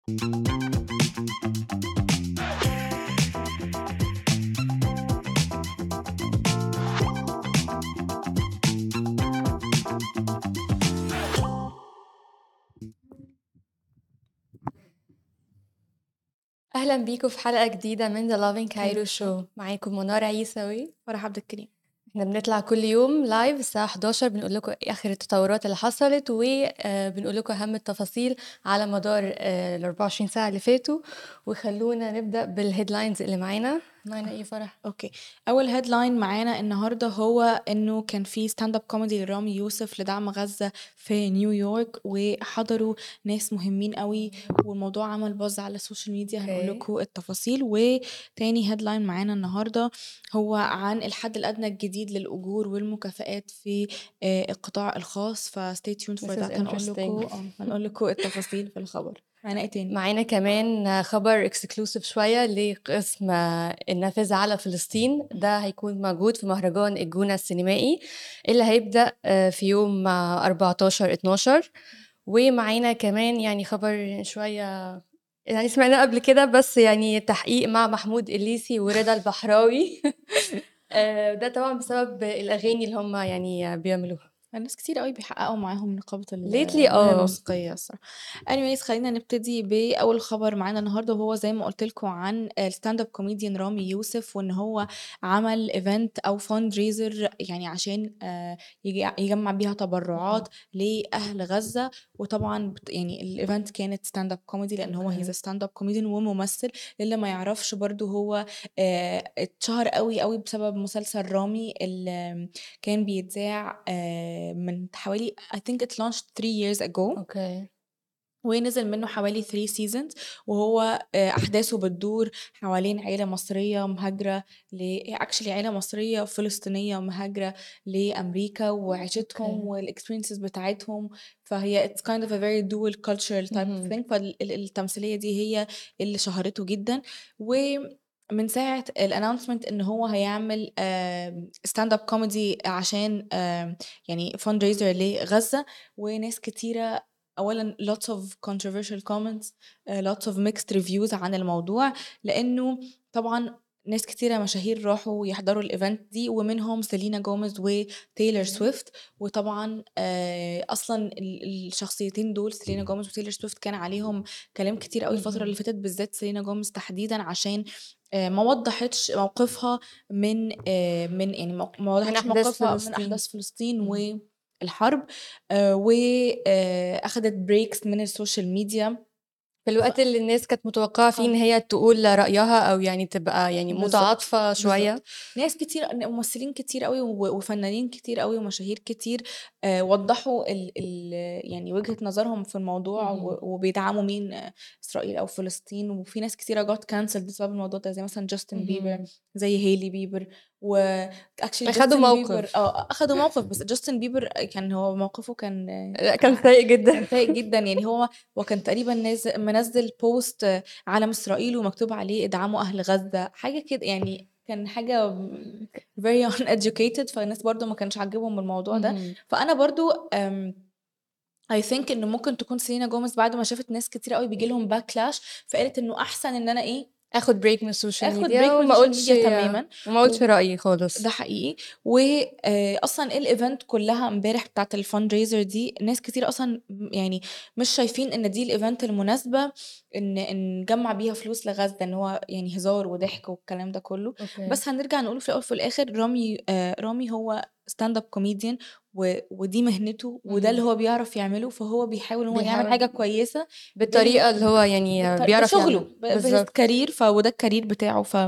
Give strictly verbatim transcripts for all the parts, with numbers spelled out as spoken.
اهلا بيكم في حلقه جديده من The Loving Cairo Show. معاكم منار عيسوي فرح عبد الكريم. احنا بنطلع كل يوم لايف الساعه حداشر، بنقول لكم ايه اخر التطورات اللي حصلت وبنقول لكم اهم التفاصيل على مدار ال أربعة وعشرين ساعه اللي فاتوا. وخلونا نبدا بالهيدلاينز اللي معانا. معانا ايه فرح؟ اوكي، اول هيدلاين معانا النهارده هو انه كان في ستاند اب كوميدي لرامي يوسف لدعم غزه في نيويورك، وحضروا ناس مهمين قوي والموضوع عمل باز على السوشيال ميديا. هنقول لكم التفاصيل. وتاني هيدلاين معانا النهارده هو عن الحد الادنى الجديد للاجور والمكافآت في القطاع الخاص، فستي تيون فور ذات. هنقول لكم هنقول لكم التفاصيل في الخبر. معانا ايه تاني؟ معانا كمان خبر اكسكلوسيف شويه لقسم النافذه على فلسطين. ده هيكون موجود في مهرجان الجونه السينمائي اللي هيبدا في يوم أربعتاشر اتناشر. ومعانا كمان يعني خبر شويه يعني سمعناه قبل كده، بس يعني تحقيق مع محمود الليثي ورضا البحراوي. ده طبعا بسبب الاغاني اللي هم يعني بيعملوها. الناس كتير قوي بيحققوا معاهم نقابة ليتلي المهن اه الموسيقية الصراحة. anyways خلينا نبتدي بأول خبر معانا النهاردة، وهو زي ما قلت لكم عن الستاند اب كوميديان رامي يوسف، وان هو عمل ايفنت او فاند ريزر يعني عشان يجمع بيها تبرعات لأهل غزة. وطبعا يعني الايفنت كانت ستاند اب كوميدي لان هو هيز ستاند اب كوميديان وممثل. اللي ما يعرفش برضو هو اتشهر قوي قوي بسبب مسلسل رامي اللي كان بيتذاع من حوالي I think it launched three years ago. اوكي. ونزل منه حوالي three seasons، وهو أحداثه بتدور حوالين عيلة مصرية مهاجرة ل actually عيلة مصرية فلسطينية مهاجرة لأمريكا وعيشتهم والexperiences بتاعتهم. فهي it's kind of a very dual cultural type of thing. فالتمثيلية دي هي اللي شهرته جدا. و من ساعة الاناونسمنت ان هو هيعمل ستاند اب كوميدي عشان يعني fundraiser لغزة، وناس كتيرة اولا lots of controversial comments uh, lots of mixed reviews عن الموضوع، لانه طبعا ناس كتيرة مشاهير راحوا يحضروا الايفنت دي، ومنهم سيلينا جوميز وتايلر سويفت. وطبعا آه اصلا الشخصيتين دول سيلينا جوميز وتايلر سويفت كان عليهم كلام كتير قوي الفترة اللي فاتت، بالذات سيلينا جوميز تحديدا عشان آه ما وضحتش موقفها من آه من يعني ما وضحتش موقفها من احداث فلسطين و الحرب. آه واخدت بريكس من السوشيال ميديا في الوقت ف... اللي الناس كانت متوقعه فيه ان هي تقول رايها او يعني تبقى يعني متعاطفه شويه. بالزبط. ناس كتير ممثلين كتير قوي وفنانين كتير قوي ومشاهير كتير آه وضحوا ال ال يعني وجهه نظرهم في الموضوع وبيدعموا مين آه اسرائيل او فلسطين. وفي ناس كتير جات كانسل بسبب الموضوع ده، زي مثلا جاستن بيبر، زي هيلي بيبر. و اخدوا موقف اه اخدوا موقف بس جاستن بيبر كان هو موقفه كان كان سيء جدا كان سيء جدا. يعني هو وكان تقريبا نازل منزل بوست علم اسرائيل ومكتوب عليه ادعموا اهل غزه، حاجه كده يعني كان حاجه very uneducated. فالناس برضو ما كانش عاجبهم الموضوع ده. فانا برضو um, I think انه ممكن تكون سيلينا جوميز بعد ما شافت ناس كتير قوي بيجي لهم باكلاش، فقالت انه احسن ان انا ايه اخد بريك من السوشيال ميديا وما اقولش تماما وما اقولش رايي خالص. ده حقيقي. واصلا الايفنت كلها امبارح بتاعه الفاند ريزر دي ناس كتير اصلا يعني مش شايفين ان دي الايفنت المناسبه ان نجمع بيها فلوس لغزه، ان هو يعني هزار وضحك والكلام ده كله. أوكي. بس هنرجع نقول في الاول في الاخر رامي آه رامي هو ستاند اب كوميديان ودي مهنته وده اللي هو بيعرف يعمله، فهو بيحاول هو يعمل حاجه كويسه بالطريقه اللي هو يعني بيعرف يعمله بالكارير، فوده الكارير بتاعه. ف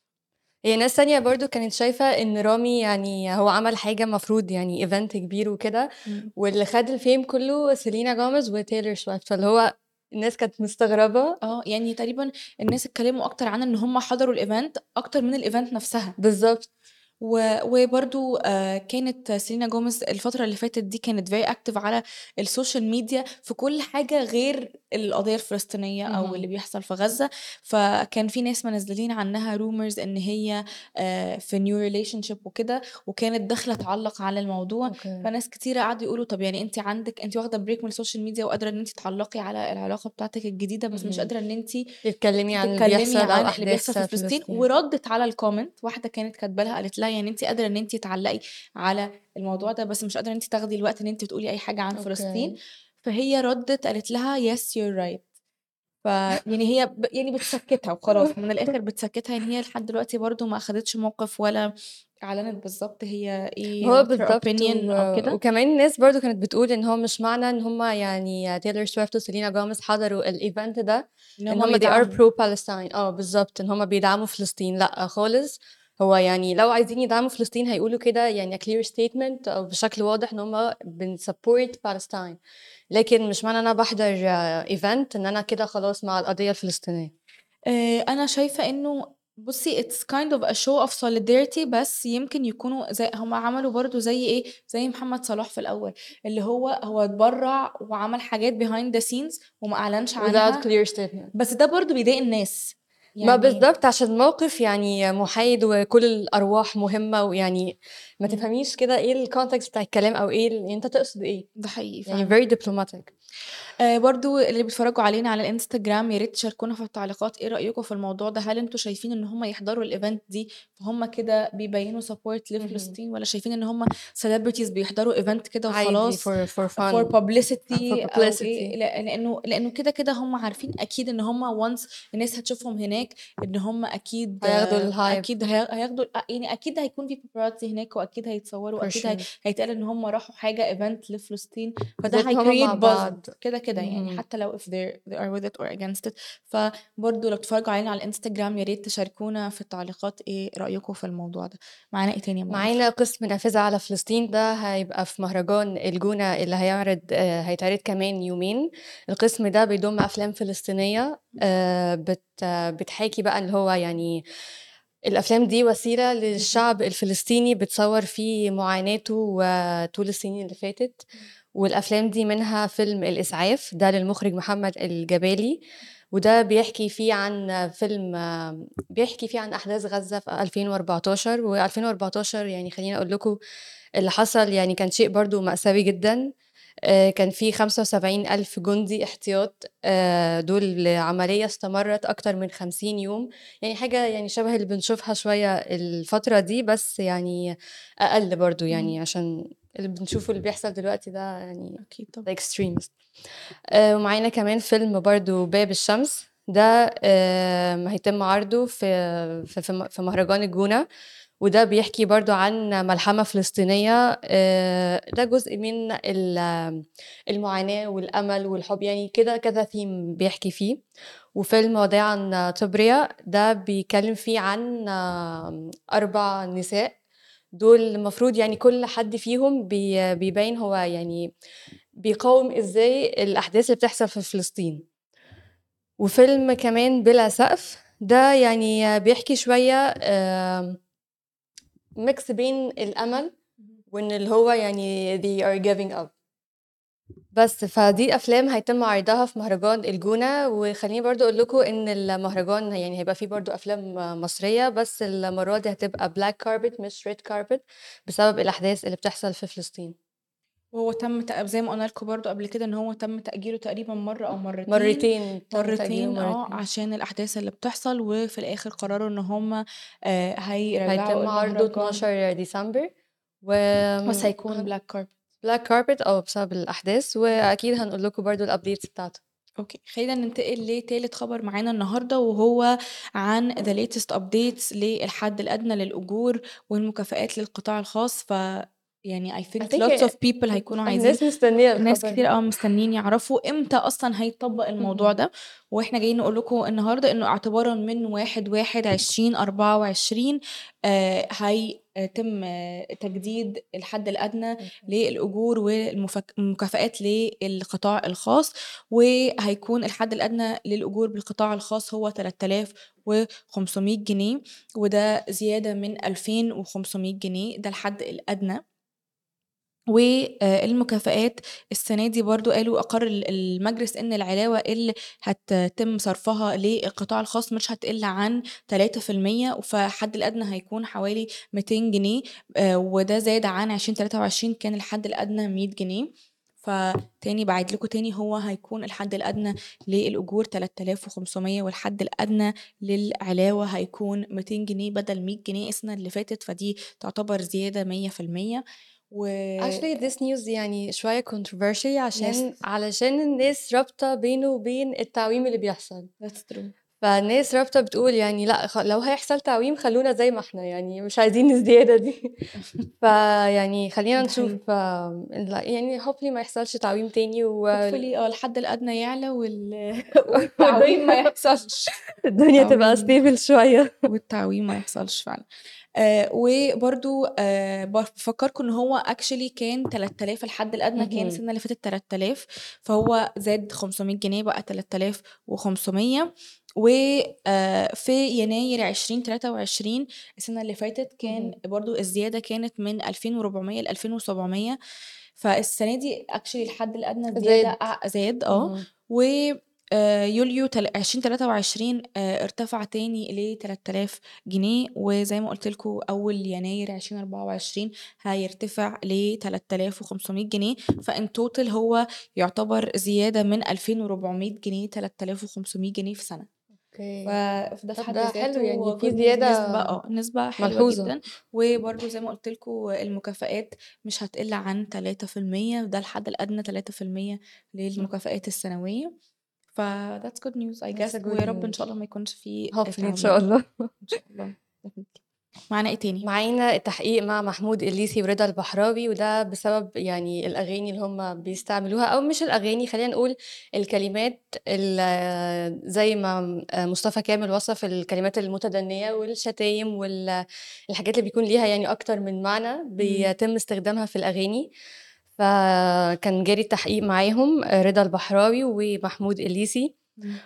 هي ناس تانية برضو كانت شايفة ان رامي يعني هو عمل حاجة مفروض يعني ايفنت كبير وكده، واللي خد الفيم كله سيلينا جوميز وتايلر سويفت، فاللي هو الناس كانت مستغربة. اه يعني تقريبا الناس اتكلموا اكتر عن ان هم حضروا الايفنت اكتر من الايفنت نفسها. بالظبط. و وبرضه آآ كانت سيلينا جوميز الفترة اللي فاتت دي كانت very active على السوشيال ميديا في كل حاجة غير القضية الفلسطينية أو اللي اهم. بيحصل في غزة، فكان في ناس منزّلين عنها rumors إن هي آآ في new relationship وكده، وكانت داخلة تعلّق على الموضوع، أوكي. فناس كتيرة قعدوا يقولوا طَب يعني أنتِ عندِك أنتِ واخدة break من السوشيال ميديا وقادرة إن أنتِ تعلّقي على العلاقة بتاعتِك الجديدة، بس مش اهم. قادرة إن أنتِ تتكلمي عن اللي تتكلمي بيحصل أو عن اللي بيحصل أحداث في فلسطين. فلسطين. وردِّت على الcomment واحدة كانت كاتبة لها قالت لها: "يعني أنتِ قادرة إن أنتِ تعلّقي على الموضوع ده، بس مش قادرة إن أنتِ تاخدي الوقت إن أنتِ تقولي أي حاجة عن فلسطين." أوكي. فهي ردِّت قالت لها: "Yes you're right." فيعني هي ب يعني بتسكّتها وخلاص، من الآخر بتسكّتها، يعني هي لحد دلوقتي برضه ما أخدتش موقِف ولا أعلنت بالضبط هي ما إيه هو what's her بالضبط، و opinion أو كده. وكمان الناس برضه كانت بتقول إن هو مش معنى إن هُم يعني Taylor Swift وSelena Gomez حضروا الevent ده إن إن هُم هُم they are بيدعموا. pro Palestine. آه بالضبط، إن هُم بيدعموا فلسطين، لأ خالص. هو يعني لو عايزين يدعموا فلسطين هيقولوا كده يعني a clear statement أو بشكل واضح إن هُم بنsupport Palestine، لكن مش معنى إن أنا باحضر event إن أنا كده خلاص مع القضية الفلسطينية. آآ أنا شايفة إنه بُصّي it's kind of a show of solidarity، بس يمكن يكونوا زي هم عملوا برضه زي إيه، زي محمد صلاح في الأول، اللي هو هو اتبرّع وعمل حاجات behind the scenes وما أعلنش without عنها، clear statement. بس ده برضه بيضايق الناس. ما يعني بالضبط، عشان الموقف يعني محايد وكل الأرواح مهمة، ويعني ما إمم، تفهميش كده إيه الcontext بتاع الكلام أو إيه ال أنت تقصد إيه، ده حقيقي يعني فعلًا. very diplomatic. آآ برضه اللي بيتفرّجوا علينا على الإنستجرام يا ريت تشاركونا في التعليقات إيه رأيكم في الموضوع ده، هل أنتم شايفين إن هم يحضروا الevent دي فهُم كده بيبيّنوا support اهم. لفلسطين، والّا شايفين إن هم celebrities بيحضروا event كده عادي وخلاص for for for fun for publicity أو إيه؟ publicity. لأ لإنه لإنه كده، كده هم عارفين أكيد إن هم once الناس هتشوفهم هناك إن هم أكيد هياخدوا أكيد الhype هي هياخدوا أ يعني أكيد هيكون في paparazzi هناك وأكيد هيتصوّروا for وأكيد هي sure، هيتقال إن هم راحوا حاجة event لفلسطين، فده بالذات إن هُم مع هيcreate buzz بعض. كده، كده يعني اهم. حتى لو if they're they are with it or against it. فبرضه لو بتتفرّجوا علينا على الإنستجرام يا ريت تشاركونا في التعليقات إيه رأيكم في الموضوع ده. معانا إيه تاني يا منار؟ معانا قسم نافذة على فلسطين، ده هيبقى في مهرجان الجونة اللي هيعرض آآ هيتعرض كمان يومين. القسم ده بيضم أفلام فلسطينية آآ بت بتحاكي بقى اللي هو يعني الأفلام دي وسيلة اهم، للشعب الفلسطيني بتصوّر فيه معاناته وطول السنين اللي فاتت، إمم، والأفلام دي منها فيلم الإسعاف ده للمخرج محمد الجبالي، وده بيحكي فيه عن فيلم آه، بيحكي فيه عن أحداث غزة في ألفين وأربعتاشر و2014 يعني خلّيني أقول لكم اللي حصل يعني كان شيء برضه مأساوي جدًا. آآ كان في خمسة وسبعين ألف جندي احتياط، آآ دول عملية استمرت أكتر من خمسين يوم، يعني حاجة يعني شبه اللي بنشوفها شوية الفترة دي، بس يعني أقل برضه اهم، يعني عشان اللي بنشوفه اللي بيحصل دلوقتي ده يعني أكيد طبعًا. the extremes. آآ ومعانا كمان فيلم برضه باب الشمس، ده آمم هيتم عرضه في في في م في مهرجان الجونة، وده بيحكي برضه عن ملحمة فلسطينية. آآ ده جزء من ال المعاناة والأمل والحب، يعني كده كذا theme بيحكي فيه. وفيلم وداعًا طبريا ده بيتكلم فيه عن آمم أربع نساء، دول المفروض يعني كل حد فيهم بي بيبين هو يعني بيقاوم إزاي الأحداث اللي بتحصل في فلسطين. وفيلم كمان بلا سقف، ده يعني بيحكي شوية آمم mix بين الأمل اهم. وإن اللي هو يعني they are giving up. بس، فدي أفلام هيتم عرضها في مهرجان الجونة، وخلّيني برضه أقول لكم إن المهرجان يعني هيبقى فيه برضه أفلام مصرية، بس المرّة دي هتبقى black carpet مش red carpet بسبب الأحداث اللي بتحصل في فلسطين. وهو تم تأ زي ما قُلنا لكم برضه قبل كده إن هو تم تأجيله تقريبًا مرّة أو مرّتين، مرّتين تم تأجيله مرّتين آه، مرّتين. عشان الأحداث اللي بتحصل، وفي الآخر قرروا إن هم آآ هيرجعوا هيتم عرضه المهرجان، اتناشر ديسمبر، وآمم بس هيكون هن black carpet. black carpet آه، بسبب الأحداث، وأكيد هنقول لكم برضه الupdates بتاعته. أوكي، خلّينا ننتقل لتالت خبر معانا النهارده، وهو عن the latest updates للحد الأدنى للأجور والمكافآت للقطاع الخاص. ف يعني I I think think lots of people هيكونوا عايزين، الناس مستنية ناس الخبر كتير ده. أوي مستنيين يعرفوا إمتى أصلًا هيتطبّق الموضوع اهم. ده، وإحنا جايين نقول لكم النهارده إنه اعتبارًا من واحد واحد ألفين وأربعة وعشرين آآ هي آه، تم آه، تجديد الحد الأدنى مهم. للأجور والمكافآت للقطاع الخاص، وهيكون الحد الأدنى للأجور بالقطاع الخاص هو تلاتة آلاف وخمسمية جنيه، وده زيادة من ألفين وخمسمية جنيه، ده الحد الأدنى. والمكافآت السنة دي برضو قالوا أقر ال- المجلس إن العلاوة اللي هتتم صرفها للقطاع الخاص مش هتقل عن تلاتة في المية، فحد الأدنى هيكون حوالي ميتين جنيه، آه، وده زاد عن عشرين تلاتة وعشرين كان الحد الأدنى مية جنيه. فتاني بعد لكم تاني، هو هيكون الحد الأدنى للأجور تلاتة آلاف وخمسمية، والحد الأدنى للعلاوة هيكون ميتين جنيه بدل مية جنيه السنة اللي فاتت، فدي تعتبر زيادة مية في المية. و actually this news يعني شوية controversial عشان yes علشان الناس رابطة بينه وبين التعويم اللي بيحصل، that's true. فالناس رابطة بتقول يعني لأ خ لو هيحصل تعويم خلّونا زي ما إحنا، يعني مش عايزين الزيادة دي. فيعني خلّينا ده نشوف حقيقي. آمم ال يعني hopefully ما يحصلش تعويم تاني وال hopefully اه الحد الأدنى يعلى وال... والتعويم ما والدنيا يحصلش. الدنيا تبقى التعويم stable شوية. والتعويم ما يحصلش فعلا. آه وبرضو آه بفكركم ان هو اكشلي كان تلاتة آلاف الحد الادنى، كان اهم. السنه اللي فاتت تلاتة آلاف، فهو زاد خمسمية جنيه بقى تلاتة آلاف وخمسمية. وفي يناير ألفين وتلاتة وعشرين السنه اللي فاتت كان اهم. برضو الزياده كانت من ألفين وأربعمية ل ألفين وسبعمية، فالسنه دي اكشلي الحد الادنى زياده زاد. أع- زاد اه اهم. و آه، يوليو تل- ألفين وتلاتة وعشرين آه، ارتفع تاني ل تلاتة آلاف جنيه، وزي ما قلت لكم اول يناير ألفين وأربعة وعشرين هيرتفع ل تلاتة آلاف وخمسمية جنيه، فان توتال هو يعتبر زيادة من ألفين وأربعمية جنيه تلاتة آلاف وخمسمية جنيه في سنة. ف- أوكي. فده في طب حد ده حلو يعني ذاته في good news، نسبة زيادة اه نسبة حلوة ملحوظة. جدا. وبرضو زي ما قلت لكم المكافآت مش هتقل عن تلاتة في المية، وده الحد الأدنى تلاتة في المية للمكافآت السنوية. ف that's good news I That's guess، a good ويا رب إن news. شاء الله ما يكونش فيه hopefully إن شاء تعويم الله. إن شاء الله. definitely. معانا إيه تاني؟ معانا التحقيق مع محمود الليثي ورضا البحراوي، وده بسبب يعني الأغاني اللي هم بيستعملوها، أو مش الأغاني، خلينا نقول الكلمات ال- زي ما مصطفى كامل وصف الكلمات المتدنية والشتايم والحاجات اللي بيكون ليها يعني أكتر من معنى بيتم استخدامها في الأغاني. فكان جاري التحقيق معاهم رضا البحراوي ومحمود الليثي، مم.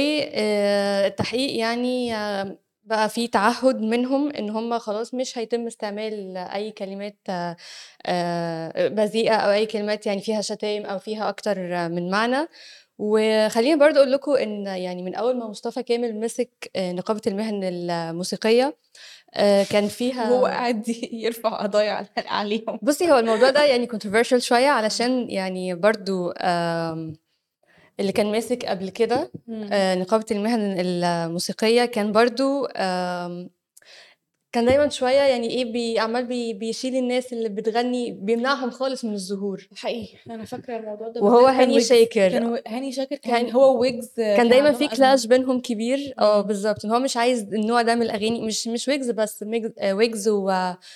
والتحقيق يعني آه، بقى في تعهد منهم ان هم خلاص مش هيتم استعمال اي كلمات آه، آه، بذيئة او اي كلمات يعني فيها شتايم او فيها اكتر من معنى. وخليني برضو اقول لكم ان يعني من اول ما مصطفى كامل مسك آه، نقابة المهن الموسيقية آه، كان وهو فيها قاعد يرفع قضايا على- عليهم. بصي هو الموضوع ده يعني controversial شوية علشان يعني برضو آم، اللي كان ماسك قبل كده مم. آه، نقابة المهن الموسيقية كان برضو آم، كان دايما شوية يعني ايه بي عمال بي بيشيل الناس اللي بتغني بيمنعهم خالص من الظهور. حقيقي انا فاكره الموضوع ده وهو بالذات، كان هاني ويجز شاكر كان و- هاني شاكر كان هاني هو ويجز كان كان دايما عندهم في ازمه. كلاش بينهم كبير اه مم. بالظبط ان هو مش عايز النوع ده من الاغاني، مش مش ويجز بس ميجز- آه، ويجز و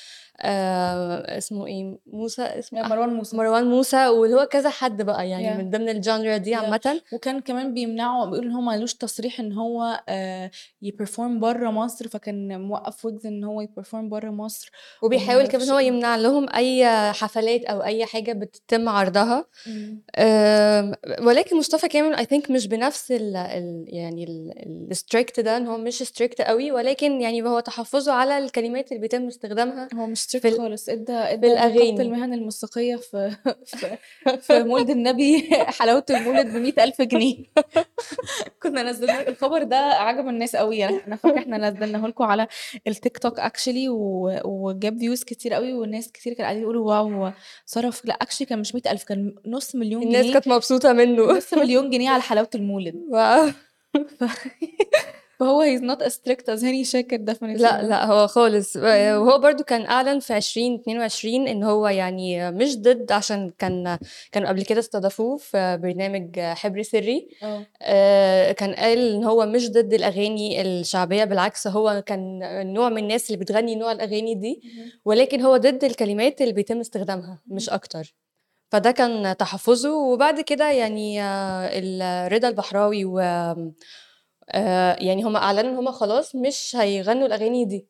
آه اسمه ايه موسى اسمه يا أح مروان موسى. مروان موسى، واللي هو كذا حد بقى يعني يا من ضمن الجانرا دي يا عامة. وكان كمان بيمنعوا، بيقولوا ان هو ملوش تصريح ان هو آه يبرفورم بره مصر، فكان موقف ويجز ان هو يبرفورم بره مصر وما وبيحاول كمان اعرفش هو ايه. يمنع لهم اي حفلات او اي حاجة بتتم عرضها. مم. آم، ولكن مصطفى كامل I think مش بنفس ال ال يعني الستريكت ده، ان هو مش ستريكت قوي، ولكن يعني هو تحفظه على الكلمات اللي بيتم استخدامها هو مش في ستريكت ال- خالص، ادى في ادى نقابة الاغاني. المهن الموسيقية في في في مولد النبي حلاوة المولد بمية ألف جنيه. كنا نزلنا الخبر ده، عجب الناس قوي يعني. انا فاكره احنا نزلناه لكم على التيك توك اكشلي، وجاب فيوز كتير قوي، والناس كتير كانوا قاعدين يقولوا واو هو صرف. لا اكشلي كان مش مية ألف، كان نص مليون الناس جنيه كانت مبسوطة منه. نص مليون جنيه على حلاوة المولد. واو. ف... فهو he's not as strict as هاني شاكر definitely لا no. لا هو خالص، مم. وهو برضو كان أعلن في عشرين اتنين وعشرين إن هو يعني مش ضد، عشان كان كانوا قبل كده استضافوه في برنامج حبر سري. اه آه، كان قال إن هو مش ضد الأغاني الشعبية، بالعكس هو كان نوع من الناس اللي بتغني نوع الأغاني دي، مهم. ولكن هو ضد الكلمات اللي بيتم استخدامها مش مهم. أكتر. فده كان تحفظه. وبعد كده يعني آه، ال- رضا البحراوي و آه، يعني هم أعلنوا إن هم خلاص مش هيغنوا الأغاني دي.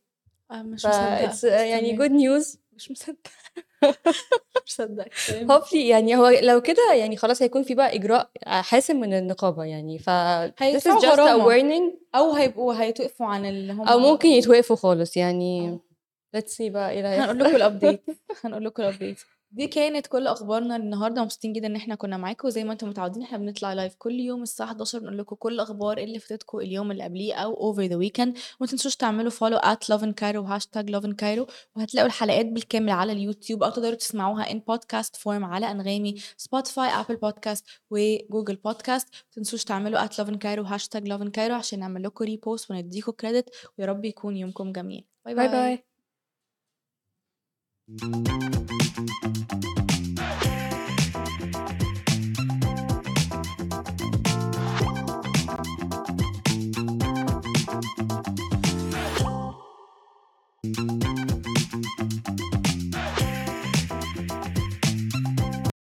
آه، مش ف مصدقة it's يعني استني good news. مش مصدقة مش مصدقة الكلام. hopefully يعني هو لو كده يعني خلاص هيكون في بقى إجراء حاسم من النقابة يعني ف this is هيدفعوا just a غرامة warning او هيبقوا هيتوقفوا عن اللي هم أو ممكن يتوقفوا خالص يعني آه. let's see بقى إيه اللي هنقول هيحصل. لكم الابديت هنقول لكم الابديت دي كانت كل اخبارنا النهارده. مبسوطين جدا ان احنا كنا معاكم، وزي ما انتم متعودين احنا بنطلع لايف كل يوم الساعه حداشر نقول لكم كل اخبار اللي فاتتكم اليوم اللي قبليه او اوفر ذا ويكند. وما تنسوش تعملوا فولو ات لوفن كايرو وهاشتاج لوفن كايرو، وهتلاقوا الحلقات بالكامل على اليوتيوب، او تقدروا تسمعوها ان بودكاست فورم على انغامي، سبوتيفاي، ابل بودكاست وجوجل بودكاست. ما تنسوش تعملوا ات لوفن كايرو وهاشتاج لوفن كايرو عشان نعمل لكم ريبوست ونديكم كريدت. ويا رب يكون يومكم جميل. باي باي باي. باي.